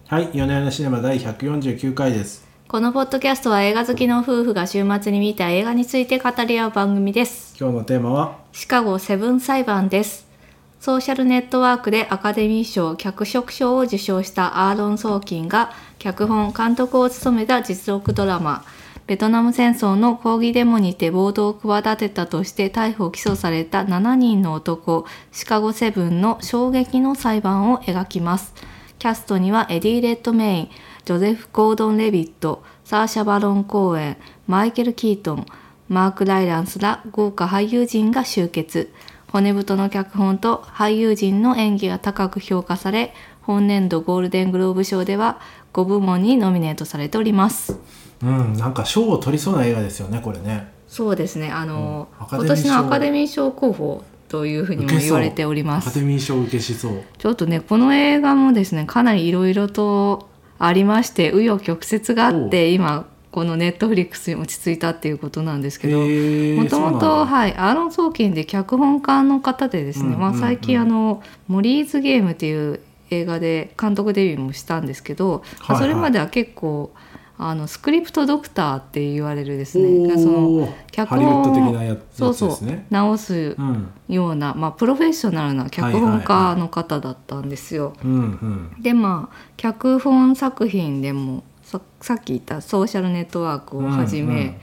はい、夜な夜なシネマ第149回です。 このポッドキャストは映画好きの夫婦が週末に見た映画について語り合う番組です。 今日のテーマはシカゴセブン裁判です。ソーシャルネットワークでアカデミー賞脚色賞を受賞したアーロン・ソーキンが脚本・監督を務めた実録ドラマ、ベトナム戦争の抗議デモにて暴動を企てたとして逮捕・起訴された7人の男、シカゴセブンの衝撃の裁判を描きます。キャストにはエディ・レッドメイン、ジョゼフ・ゴードン・レビット、サーシャ・バロン・コーエン、マイケル・キートン、マーク・ライランスら豪華俳優陣が集結。骨太の脚本と俳優陣の演技が高く評価され、本年度ゴールデングローブ賞では5部門にノミネートされております。 なんか賞を取りそうな映画ですよね、これね。 そうですね、今年のアカデミー賞候補というふうにも言われております。 アカデミー賞受けしそう。 ちょっとね、この映画もですね、かなりいろいろとありまして、紆余曲折があって今このネットフリックスに落ち着いたっていうことなんですけど、もともとアーロン・ソーキンで脚本家の方でですね、最近モリーズゲームっていう映画で監督デビューもしたんですけど、それまでは結構スクリプトドクターって言われるですね、その脚本をハリウッド的なやつですね。 直すような、プロフェッショナルな脚本家の方だったんですよ。で脚本作品でもさっき言ったソーシャルネットワークをはじめ、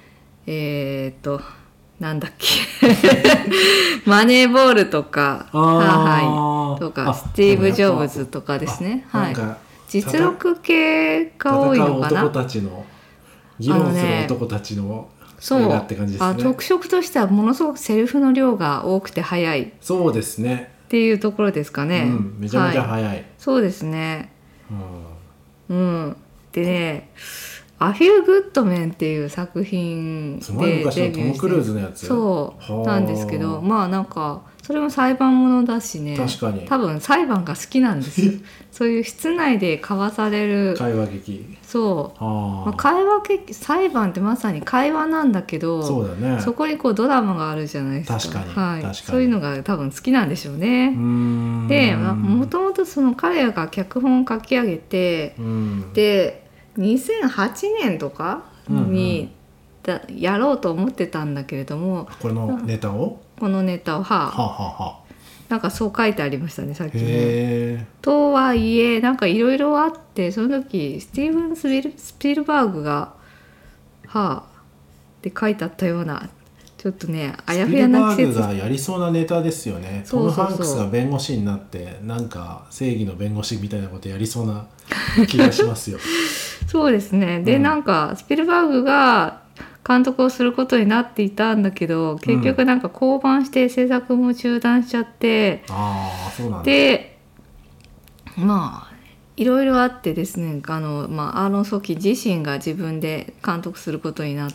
なんだっけマネーボールとかとかスティーブ・ジョブズとかですね、実録系が多いのかな。 戦う男たちの議論する男たちの映画って感じですね。 特色としてはものすごくセリフの量が多くて速い。 そうですね。 っていうところですかね。 めちゃめちゃ速い。 そうですね。でね、アフィル・グッドメンっていう作品でデビューして、 トム・クルーズのやつそうなんですけど、なんかそれも裁判ものだしね、 確かに多分裁判が好きなんですよそういう室内で交わされる会話劇、 そう、会話劇、裁判ってまさに会話なんだけど、 そうだね、 そこにこうドラマがあるじゃないですか。 確かに、 そういうのが多分好きなんでしょうね。で、もともとその彼らが脚本を書き上げて、で2008年とかに、やろうと思ってたんだけれども、 このネタをなんかそう書いてありましたね、さっきね。とはいえなんかいろいろあって、その時スティーブン・スピルバーグがって書いてあったような、ちょっとねあやふやな季節。 スピルバーグがやりそうなネタですよね。トム・ハンクスが弁護士になってなんか正義の弁護士みたいなことやりそうな気がしますよそうですね。で、なんかスピルバーグが監督をすることになっていたんだけど、結局なんか降板して制作も中断しちゃって、 そうなんでいろいろあってですね、アーロン・ソーキン自身が自分で監督することになった。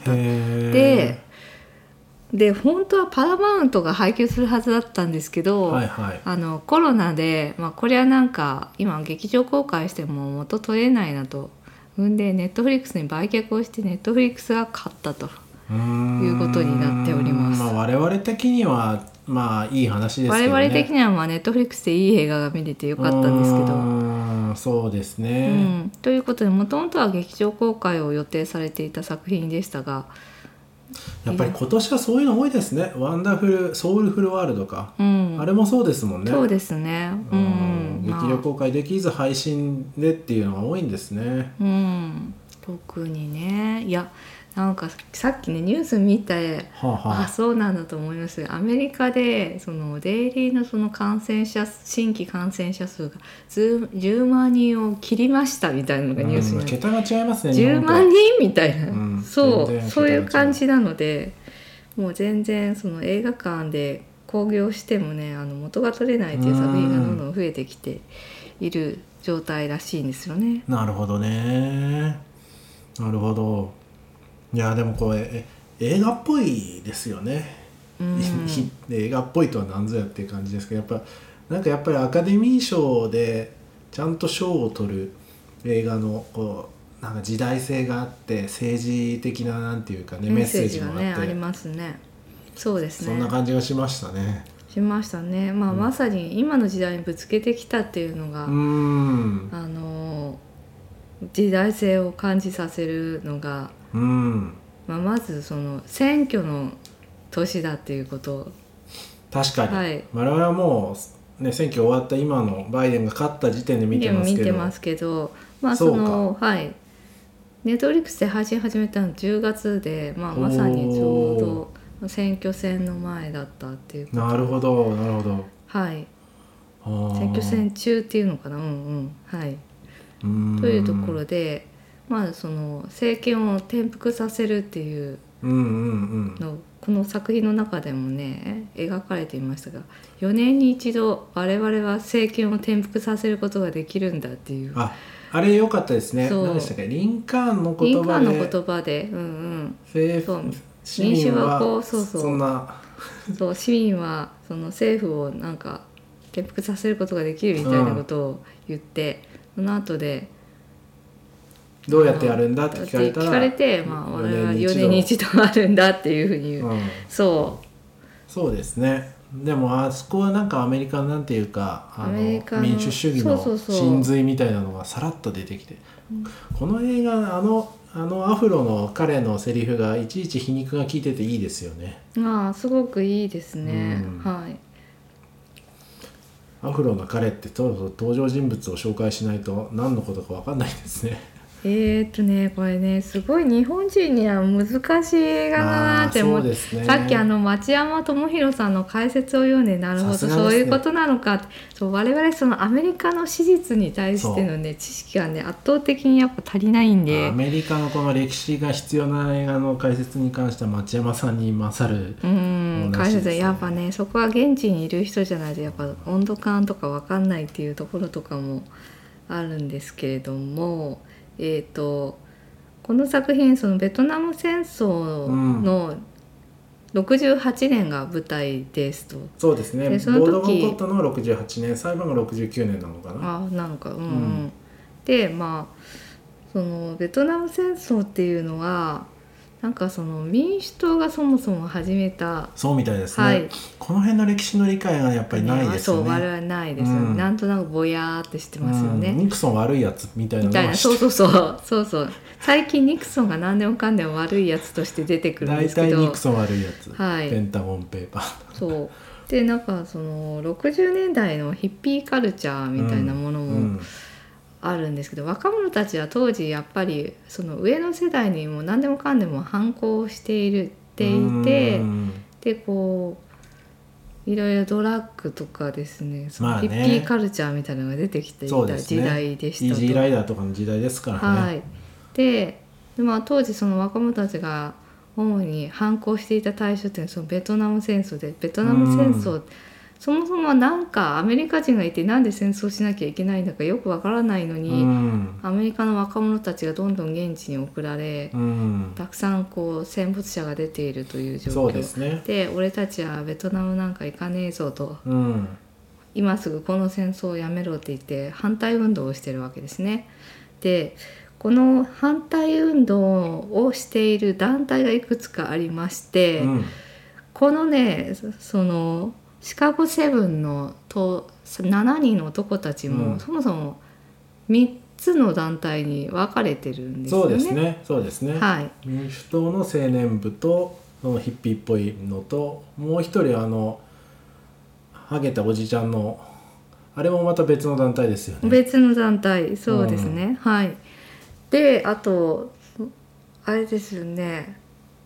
で本当はパラマウントが配給するはずだったんですけど、コロナで、これはなんか今劇場公開しても元取れないなと、でネットフリックスに売却をして、ネットフリックスが買ったということになっております。 我々的にはいい話ですけどね。 我々的にはネットフリックスでいい映画が見れてよかったんですけど、 そうですね、 ということで、もともとは劇場公開を予定されていた作品でしたが、 やっぱり今年はそういうの多いですね。ワンダフルソウルフルワールドか、あれもそうですもんね。 そうですね、 劇場公開できず配信でっていうのが多いんですね。 特にね。いやなんかさっきねニュース見て、そうなんだと思います。アメリカでそのデイリーのその新規感染者数が10万人を切りましたみたいなのがニュースになって、 桁が違いますね。 10万人みたいな、そういう感じなので、もう全然その映画館で興行してもね、元が取れないっていう作品がどんどん増えてきている状態らしいんですよね。 なるほどね。なるほど。いやでもこれ映画っぽいですよね。映画っぽいとは何ぞやっていう感じですけど、やっぱりアカデミー賞でちゃんと賞を取る映画のなんか時代性があって、政治的ななんていうかね、メッセージもあって、 ありますね。そうですね。 そんな感じがしましたね。 まさに今の時代にぶつけてきたっていうのが、 時代性を感じさせるのが、まずその選挙の年だっていうことを、 確かに、 はい、 我々はもう、ね、選挙終わった今のバイデンが勝った時点で見てますけど、 そのはいネットフリックスで配信始めたの10月で、まさにちょうど選挙戦の前だったっていうこと。 なるほどなるほど。 はい、選挙戦中っていうのかな、はい、というところで、その政権を転覆させるっていうの、この作品の中でもね描かれていましたが、4年に一度我々は政権を転覆させることができるんだっていう。 あれ良かったですね。何でしたっけ、リンカーンの言葉で、民主はこうそんなそう市民はその政府をなんか転覆させることができるみたいなことを言って、その後でどうやってやるんだって聞かれて、 我々は4年に一度あるんだっていうふうに言う、 そうですね。でもあそこはなんかアメリカなんていうか民主主義の真髄みたいなのがさらっと出てきて、この映画あのアフロの彼のセリフがいちいち皮肉が効いてていいですよね。 すごくいいですね、はい。 アフロの彼って登場人物を紹介しないと何のことか分かんないですね。 これねすごい日本人には難しい映画だなって思って、さっき町山智博さんの解説を読んで、なるほど、そういうことなのかって。我々そのアメリカの史実に対してのね知識がね圧倒的にやっぱ足りないんで、 アメリカのこの歴史が必要な映画の解説に関しては町山さんに勝る解説、やっぱねそこは現地にいる人じゃないとやっぱ温度感とか分かんないっていうところとかもあるんですけれども、この作品そのベトナム戦争の68年が舞台ですと。 そうですね。その時暴動が起こったのは68年、裁判が69年なのかな。 なのか、でそのベトナム戦争っていうのはなんかその民主党がそもそも始めた、 そうみたいですね、この辺の歴史の理解がやっぱりないですよね。 我々ないですよね、なんとなくぼやーってしてますよね、 ニクソン悪いやつみたいなのがそう最近ニクソンが何でもかんでも悪いやつとして出てくるんですけど、 大体ニクソン悪いやつ、ペンタゴンペーパーでなんかその60年代のヒッピーカルチャーみたいなものもあるんですけど、若者たちは当時やっぱりその上の世代にも何でもかんでも反抗していて、でこういろいろドラッグとかですね、そのヒッピーカルチャーみたいなのが出てきていた時代でしたと。 イージーライダーとかの時代ですからね。 で当時その若者たちが主に反抗していた対象っていうのはそのベトナム戦争で、ベトナム戦争そもそもなんかアメリカ人がいてなんで戦争しなきゃいけないんだかよくわからないのに、アメリカの若者たちがどんどん現地に送られ、たくさんこう戦没者が出ているという状況 で、俺たちはベトナムなんか行かねえぞと、今すぐこの戦争をやめろって言って反対運動をしてるわけですね。でこの反対運動をしている団体がいくつかありまして、このねそのシカゴセブンの7人の男たちも、そもそも3つの団体に分かれてるんですよね。 そうですね、民主党の青年部とそのヒッピーっぽいのと、もう一人ハゲたおじちゃんのあれもまた別の団体ですよね。 別の団体、そうですね、であとあれですよね、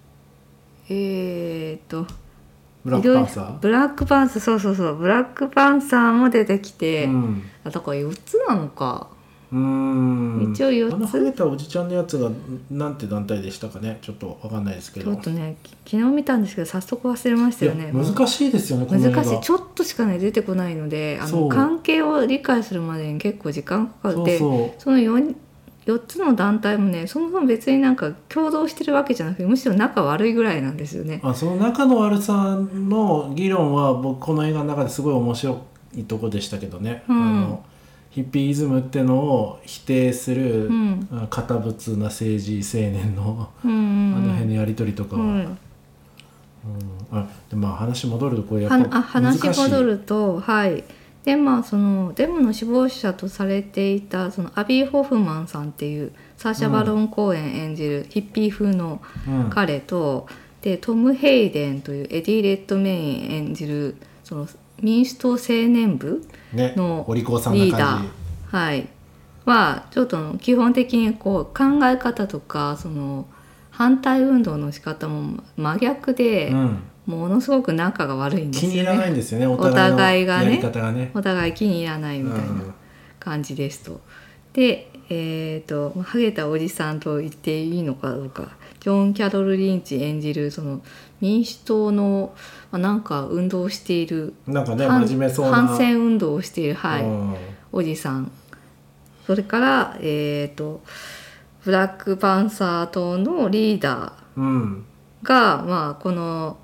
ブラックパンサー、 ブラックパンサー、ブラックパンサーも出てきて、だから4つなのか、一応4つ。 ハゲたおじちゃんのやつがなんて団体でしたかね、ちょっと分かんないですけど、 ちょっとね昨日見たんですけど早速忘れましたよね。 難しいですよね、この映画。 難しい、ちょっとしかね出てこないので、関係を理解するまでに結構時間かかって、その4つの団体もねそもそも別になんか共同してるわけじゃなくて、むしろ仲悪いぐらいなんですよね。 その仲の悪さの議論は僕この映画の中ですごい面白いとこでしたけどね、ヒッピーイズムってのを否定する、堅物な政治青年の、あの辺のやり取りとかは、で話戻るとこれやっぱ難しい。 話戻るとでそのデモの首謀者とされていたそのアビー・ホフマンさんっていうサーシャ・バロン・コーエン演じるヒッピー風の彼と、でトム・ヘイデンというエディ・レッドメイン演じるその民主党青年部のリーダー、はい、はちょっと基本的にこう考え方とかその反対運動の仕方も真逆で、ものすごく仲が悪いんですよね。 気に入らないんですよね、お互いのやり方がね。 お互い気に入らないみたいな感じですと。で、ハゲたおじさんと言っていいのかどうか、ジョン・キャロル・リンチ演じるその民主党のなんか運動をしている、 なんかね、真面目そうな反戦運動をしている、はい、おじさん、それからブラックパンサー党のリーダーが、この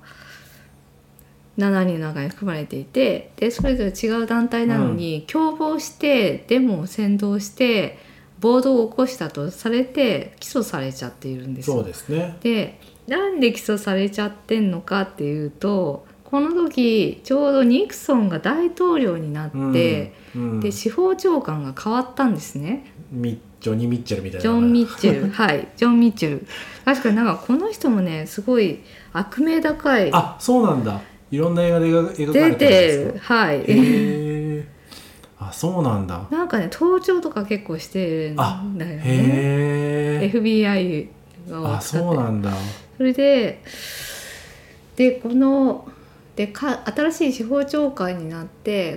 7人の中に含まれていて、でそれぞれ違う団体なのに、共謀してデモを扇動して暴動を起こしたとされて起訴されちゃっているんですよ。 そうですね。 でなんで起訴されちゃってんのかっていうと、この時ちょうどニクソンが大統領になって、で司法長官が変わったんですね。 ジョニー・ミッチェルみたいな。 ジョン・ミッチェルはいジョン・ミッチェル、確かになんかこの人もねすごい悪名高い。 あ、そうなんだ。いろんな映画で描かれてるんですか。 出てる、はい。 あ、そうなんだ。 なんかね盗聴とか結構してるんだよね。FBI を使って。 あ、そうなんだ。 それで新しい司法長官になって、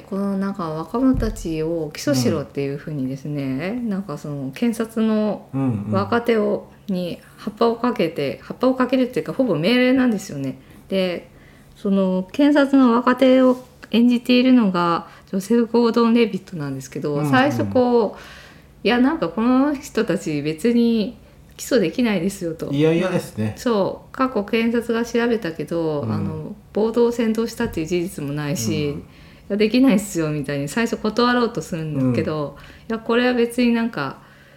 このなんか若者たちを起訴しろっていうふうにですね、なんかその検察の若手に葉っぱをかけるっていうかほぼ命令なんですよね。でその検察の若手を演じているのがジョセフ・ゴードン・レビットなんですけど、最初いやなんかこの人たち別に起訴できないですよと。 いやいやですね。 そう過去検察が調べたけど、暴動を扇動したっていう事実もないし、いやできないっすよみたいに最初断ろうとするんだけど、いやこれは別になんか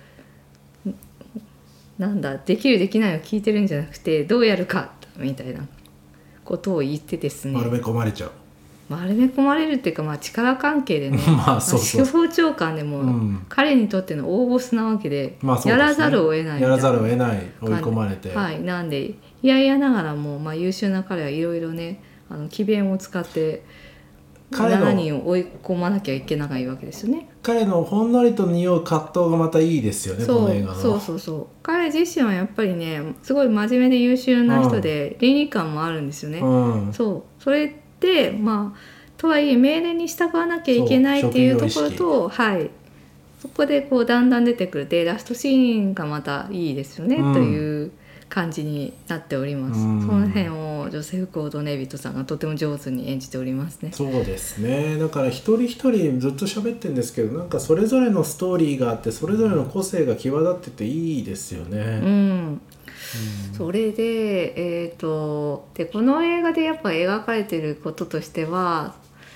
なんだできるできないを聞いてるんじゃなくてどうやるかみたいなことを言ってですね、 丸め込まれちゃう。 丸め込まれるっていうか、力関係でね司法長官でも、彼にとっての大ボスなわけで、やらざるを得ないやらざるを得ない追い込まれて、 はい、なんでいやいやながらも、優秀な彼はいろいろね詭弁を使って7人を追い込まなきゃいけないわけですよね。 彼のほんのりと匂う葛藤がまたいいですよね、この映画の。 そう彼自身はやっぱりねすごい真面目で優秀な人で、倫理観もあるんですよね。それってとはいえ命令に従わなきゃいけないっていうところと、そこでだんだん出てくるでラストシーンがまたいいですよね、という感じになっております。その辺をジョセフ・ゴードン・レビットさんがとても上手に演じておりますね。 そうですね。だから一人一人ずっと喋ってるんですけど、なんかそれぞれのストーリーがあってそれぞれの個性が際立ってていいですよね。 それででこの映画でやっぱ描かれてることとしては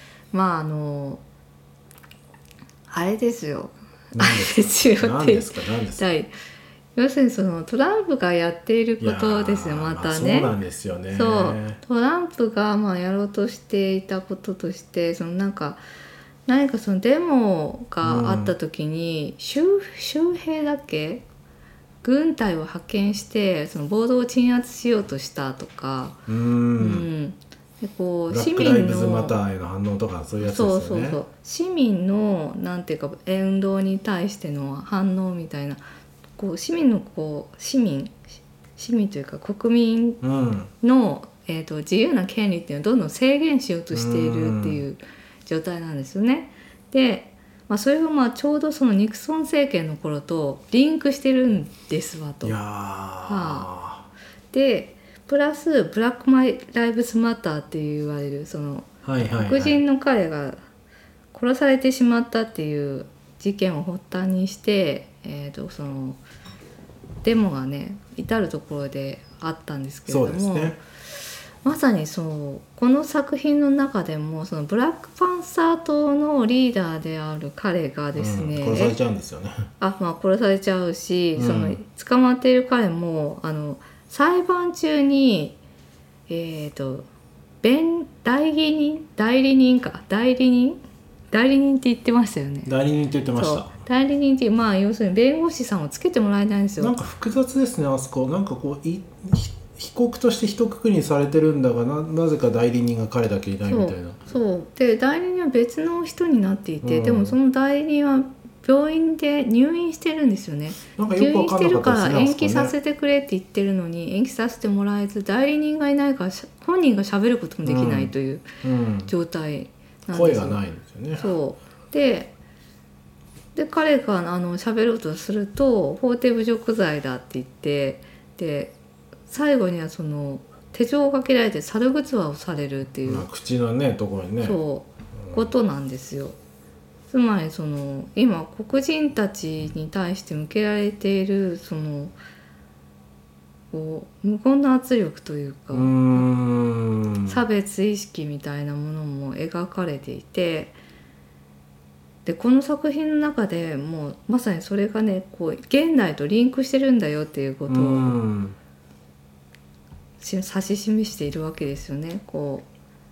あれですよ。 何ですか。 要するにそのトランプがやっていることですよ。またね。 そうなんですよね。 トランプがやろうとしていたこととして、何かそのデモがあった時に、州兵だけ軍隊を派遣してその暴動を鎮圧しようとしたとか、で市民のブラック・ライブズ・マターへの反応とかそういうやつですよね。 市民のなんていうか運動に対しての反応みたいな、市民の市民というか国民の、自由な権利っていうのをどんどん制限しようとしているっていう状態なんですよね。で、それがちょうどそのニクソン政権の頃とリンクしてるんですわと。でプラスブラック・ライブズ・マターって言われるその黒人の彼が殺されてしまったっていう事件を発端にして、そのデモがね至る所であったんですけれども、まさにこの作品の中でもそのブラックパンサー党のリーダーである彼がですね、 殺されちゃうんですよね。 殺されちゃうし、その捕まっている彼も裁判中に代理人代理人って言ってましたよね。 代理人って言ってましそうた。 代理人って、まあ要するに弁護士さんをつけてもらえないんですよ。 なんか複雑ですね、あそこ。なんかこう被告として一括りにされてるんだが、なぜか代理人が彼だけいないみたいな。 そうで代理人は別の人になっていて、 うん、 でもその代理人は病院で入院してるんですよね。 なんかよく分かんなかったですね。 入院してるから延期させてくれって言ってるのに、延期させてもらえず、代理人がいないから本人が喋ることもできないという状態なんですよ。 声がないんですよね。 そうで彼が喋ろうとすると法廷侮辱罪だって言って、で最後にはその手錠をかけられて猿ぐつわをされるっていう、 まあ、口のねところにね、 そうことなんですよ。つまりその今黒人たちに対して向けられているそのこう無言の圧力というか、差別意識みたいなものも描かれていて、でこの作品の中でもうまさにそれがねこう現代とリンクしてるんだよっていうことを指し示しているわけですよね。こ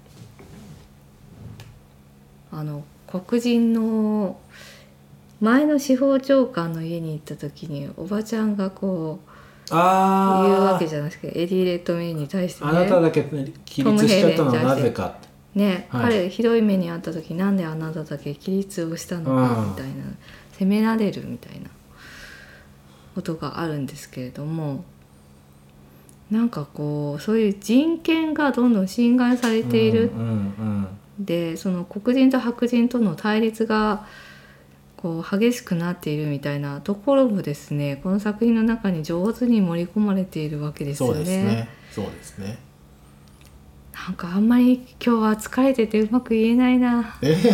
う黒人の前の司法長官の家に行った時におばちゃんがこう言うわけじゃないですか。エディ・レッドメインに対してね、 あなただけ起立しちゃったのはなぜかね、 はい、 彼ひどい目に遭った時なんであなただけ起立をしたのかみたいな、責められるみたいなことがあるんですけれども、なんかこうそういう人権がどんどん侵害されている、でその黒人と白人との対立がこう激しくなっているみたいなところもですね、この作品の中に上手に盛り込まれているわけですよね。 そうですね。そうですね。 なんかあんまり今日は疲れててうまく言えないな。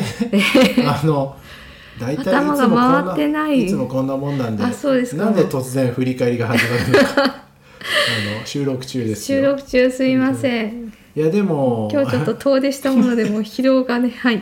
大体頭が回ってない。 いつもこんなもんなんで。 あ、そうですか。 なんで突然振り返りが始まるのか。収録中ですよ。 収録中すいません。 いやでも今日ちょっと遠出したものでも疲労がねはい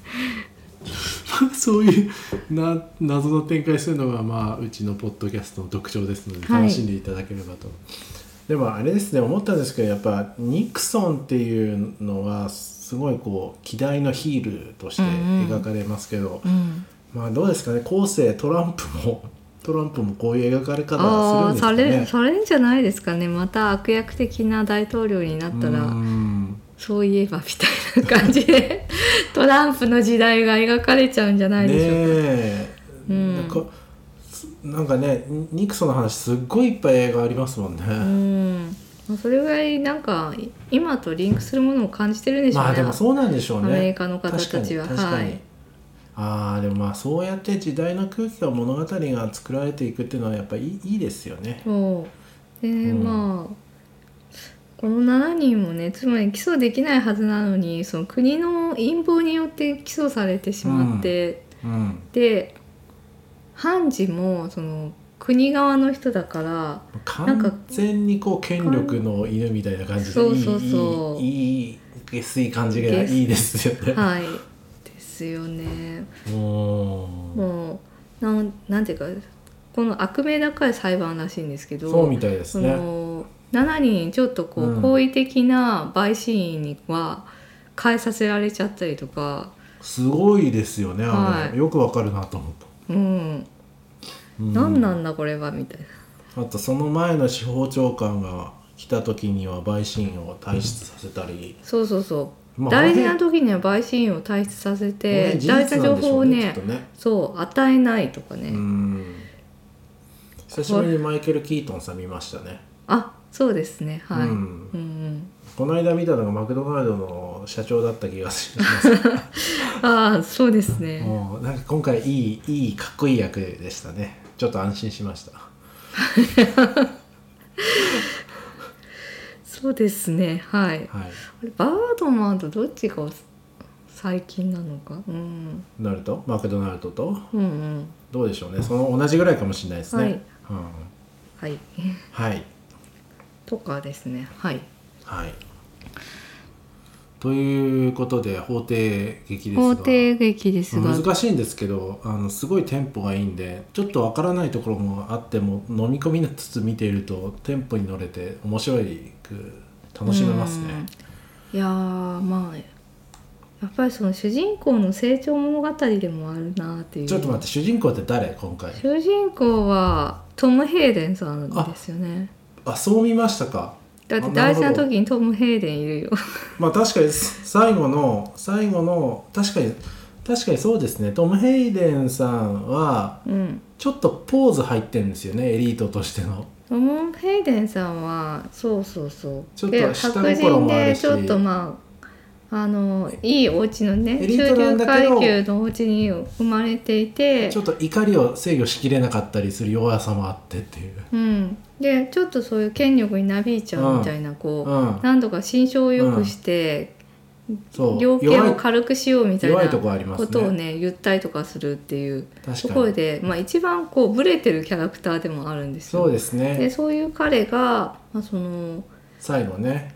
そういう謎の展開するのがまあうちのポッドキャストの特徴ですので楽しんでいただければと、でもあれですね、思ったんですけどやっぱニクソンっていうのはすごいこう希代のヒールとして描かれますけど、まあどうですかね、後世トランプもこういう描かれ方はするんですかね。 されんじゃないですかね。また悪役的な大統領になったらそういえばみたいな感じでトランプの時代が描かれちゃうんじゃないでしょうか。 なんかねニクソンの話すっごいいっぱい映画ありますもんね。 それぐらいなんか今とリンクするものを感じてるんでしょうね。 まあでもそうなんでしょうね。 アメリカの方たちは。 確かに。でもまあそうやって時代の空気が物語が作られていくっていうのはやっぱりいいですよね。 そうで、まあこの7人もね、つまり起訴できないはずなのにその国の陰謀によって起訴されてしまって、で判事もその国側の人だから完全にこう権力の犬みたいな感じでいい下水感じがいいですよね。 はいですよね。もうなんていうかこの悪名高い裁判らしいんですけど、 そうみたいですね。 7人ちょっとこう好意的な陪審員には変えさせられちゃったりとか、 すごいですよね。よくわかるなと思った。 何なんだこれはみたいな。あとその前の司法長官が来た時には陪審員を退出させたり、 大事な時には陪審員を退出させて、大事な情報をねそう与えないとかね。 久しぶりにマイケル・キートンさん見ましたね。 そうですね。はい。 この間見たのがマクドナルドの社長だった気がします。 そうですね。 なんか今回いいかっこいい役でしたね。ちょっと安心しました。 そうですね。はい。バードマンとどっちが最近なのか。 なるとマクドナルドと、どうでしょうね。その同じぐらいかもしれないですね。はい。 とかですね。はい。 ということで法廷劇ですが難しいんですけどすごいテンポがいいんでちょっとわからないところもあっても飲み込みつつ見ているとテンポに乗れて面白く楽しめますね。 いやまあややっぱりその主人公の成長物語でもあるなっていう。 ちょっと待って、主人公って誰今回？ 主人公はトム・ヘイデンさんですよね。 そう見ましたか。 だって大事な時にトム・ヘイデンいるよ。 まあ確かに最後の確かにそうですね。トム・ヘイデンさんはちょっとポーズ入ってるんですよね、エリートとしての。 トム・ヘイデンさんはそうちょっと下心もあるし、 ちょっといいお家のね、 エリー中流トなんだけど階級のお家に生まれていて、 ちょっと怒りを制御しきれなかったりする弱さもあってっていう。 でちょっとそういう権力になびいちゃうみたいな、何度か心象を良くして、量刑を軽くしようみたいなことをね言ったりとかするっていうところで、一番ブレてるキャラクターでもあるんですよ。 そうですね。 でそういう彼が、 最後ね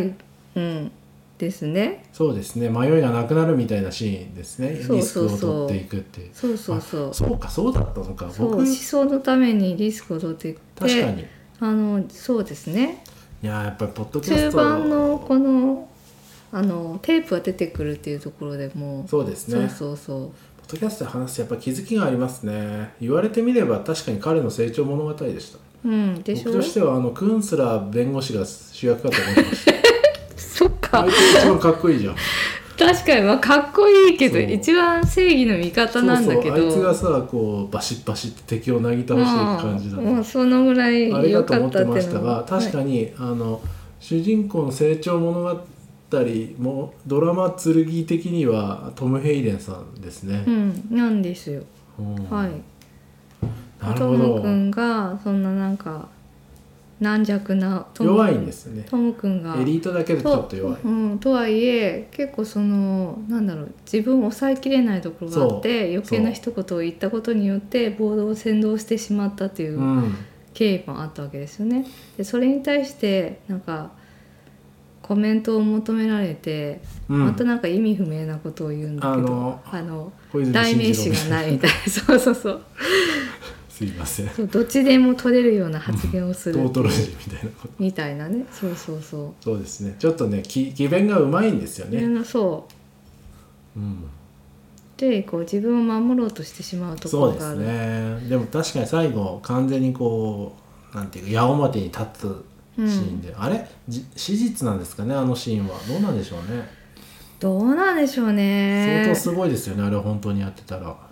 ですね。 そうですね。迷いがなくなるみたいなシーンですね。リスクを取っていくっていう。そうだったのか。 思想のためにリスクを取っていく。 確かに。 そうですね。 いややっぱりポッドキャスト中盤のこのテープが出てくるっていうところでもそうですね。ポッドキャストで話すとやっぱ気づきがありますね。言われてみれば確かに彼の成長物語でした。 でしょ。 僕としてはクンスラー弁護士が主役かと思ってました。 そっか。 あいつ一番かっこいいじゃん。 確かにかっこいいけど一番正義の味方なんだけど、 あいつがさバシッバシッって敵をなぎ倒していく感じだった。 そのぐらい良かったっていうのはあれだと思ってましたが、確かに、主人公の成長物語もドラマ剣的にはトム・ヘイデンさんですね。 なんですよ。はい。 なるほど。 トム君がそんな軟弱な弱いんですね。 トム君がエリートだけどちょっと弱い。 とはいえ結構自分を抑えきれないところがあって余計な一言を言ったことによって暴動を扇動してしまったという経緯もあったわけですよね。でそれに対してコメントを求められて、また意味不明なことを言うんだけど、代名詞がないみたいなそうすいません。 どっちでも取れるような発言をするトートロジーみたいなことみたいなね。 そうですね。ちょっとね詭弁がうまいんですよね。 で自分を守ろうとしてしまうところがある。 そうですね。でも確かに最後完全になんていうか矢面に立つシーンで、あれ史実なんですかね、あのシーンは。どうなんでしょうね。相当すごいですよね、あれを本当にやってたら。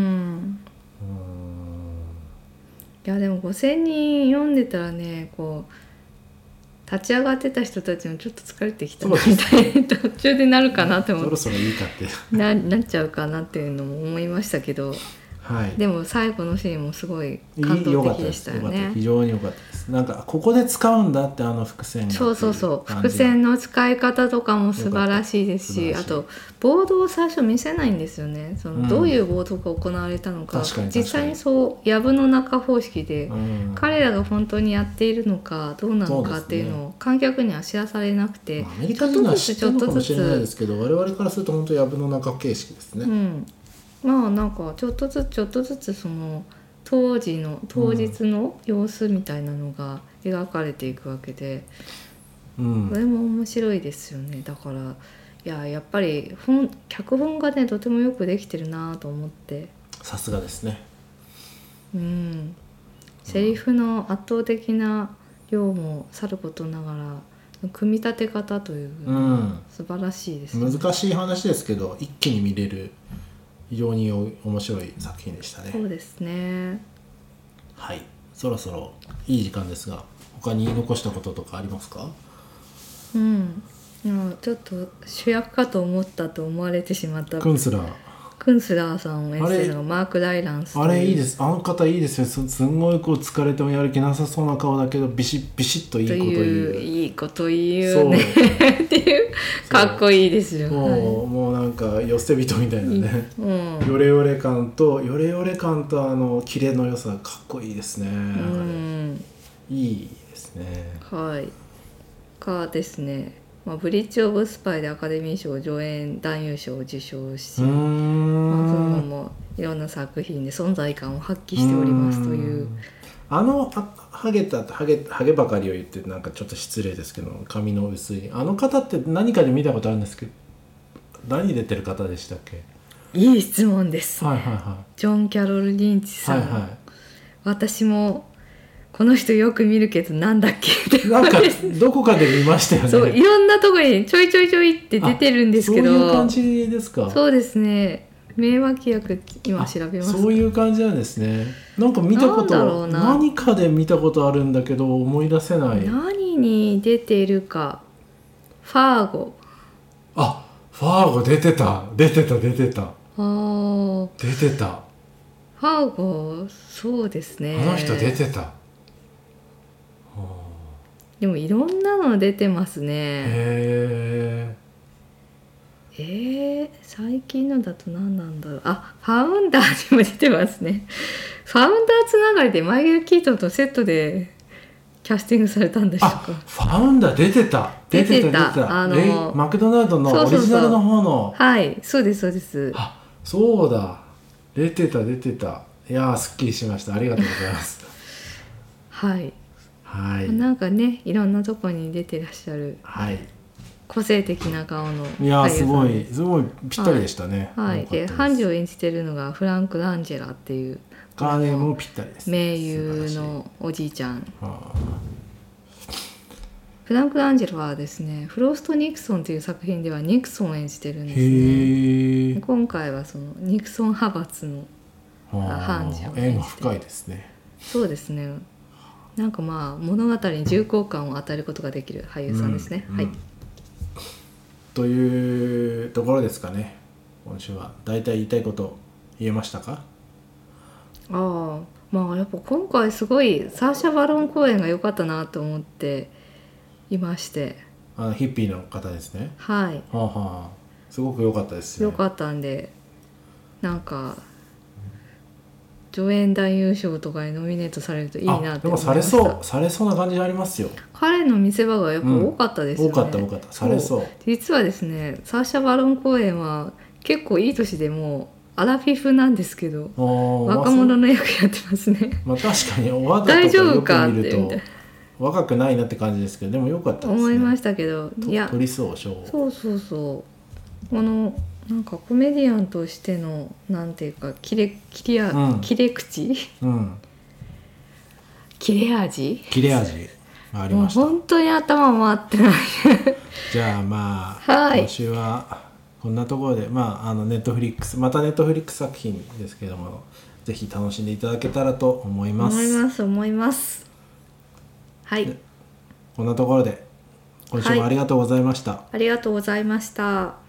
いやでも5000人読んでたらね立ち上がってた人たちもちょっと疲れてきたみたいに途中でなるかなって思って、 そろそろいいかってなっちゃうかなっていうのも思いましたけど、でも最後のシーンもすごい感動的でしたよね。 非常に良かったです。ここで使うんだって伏線が。 伏線の使い方とかも素晴らしいですし、あとボードを最初見せないんですよね。どういうボードが行われたのか、実際に藪の中方式で、彼らが本当にやっているのかどうなのかっていうのを観客には知らされなくて、 アメリカ人は知ってるのかもしれないですけど、我々からすると本当藪の中形式ですね。 ちょっとずつ当日の様子みたいなのが描かれていくわけで、それも面白いですよね。だからやっぱり脚本がねとてもよくできてるなと思って。 さすがですね。 セリフの圧倒的な量もさることながら組み立て方という素晴らしいですね。 難しい話ですけど一気に見れる非常に面白い作品でしたね。 そうですね。 はい、そろそろいい時間ですが、他に言い残したこととかありますか？ ちょっと主役かと思ったと思われてしまったクンスラーさんを演じてるのがマーク・ライランス。 あれいいです。あの方いいですよ。すんごい疲れてもやる気なさそうな顔だけどビシッといいこと言う。 いいこと言うねっていうかっこいいですよ。 もう寄せ人みたいなね。ヨレヨレ感とキレの良さかっこいいですね。いいですね。 ですね。ブリッジ・オブ・スパイでアカデミー賞助演男優賞を受賞し、その後もいろんな作品で存在感を発揮しておりますという。 ハゲばかりを言ってちょっと失礼ですけど、髪の薄いあの方って何かで見たことあるんですけど、 何出てる方でしたっけ？ いい質問です。 はいはいはジョン・キャロル・リンチいさん、 はいは私もこの人よく見るけどなんだっけってい。なんかどこかで見ましたよね。 そういろんなとこにちょいちょいちょいって出てるんですけど、 そういう感じですか？ そうですね。名脇役今調べますか。 そういう感じなんですね。なんか見たことなんだろうな、 何かで見たことあるんだけど思い出せない。 何に出ているか。ファーゴ。 あ、ファーゴ出てた出てた出てたあー出てた。 ファーゴ、そうですね。 あの人出てた。 でもいろんなの出てますね。 へ最近のだと何なんだろう。あ、ファウンダーにも出てますね。ファウンダーつながりでマイケル・キートンとセットでキャスティングされたんでしょうか。 ファウンダー出てた出てたマクドナルドのそうそうそうオリジナルの方の。 はいそうですそうです。 あ、そうだ、出てた出てた。いやー、すっきりしました。ありがとうございますはいはい、 なんかね、いろんなとこに出てらっしゃるはい、 個性的な顔のいやー、すご俳優さんですごいぴったりでしたね。 はい、 よかったでハンジを演じてるのがフランク・ランジェラっていう彼もぴったりですね。 名優のおじいちゃん。 あフランク・ランジェラはですね、フロスト・ニクソンという作品ではニクソンを演じてるんですね。 へえ。 今回はそのニクソン派閥の判事を演じて縁が深いですね。 そうですね。なんかまあ物語に重厚感を与えることができる俳優さんですね。はい。 というところですかね。今週はだいたい言いたいこと言えましたか？ ああ、まあやっぱ今回すごいサーシャ・バロン公演が良かったなと思っていまして。 ヒッピーの方ですね。 はい。 はあはあ、すごく良かったですね。 良かったんで、なんか助演男優賞とかにノミネートされるといいなって思いました。 でもされそうな感じありますよ。 彼の見せ場がやっぱ多かったですよね。 多かったされそう。 実はですね、サーシャ・バロン公演は結構いい年でもうアラフィフなんですけど、若者の役やってますね。 まあ確かにお肌とか大丈よ夫かく見ると若くないなって感じですけど、でも良かったですね。 思いましたけど、いや、 取りそう賞。 そうそうそう。このなんかコメディアンとしてのなんていうか切れ口、切れ味がありました。 もう本当に頭回ってないじゃあまあ、 はい、 今週はこんなところで、まあネットフリックス作品ですけども、ぜひ楽しんでいただけたらと思います。 思いますはい、 こんなところで今週もありがとうございました。 ありがとうございました。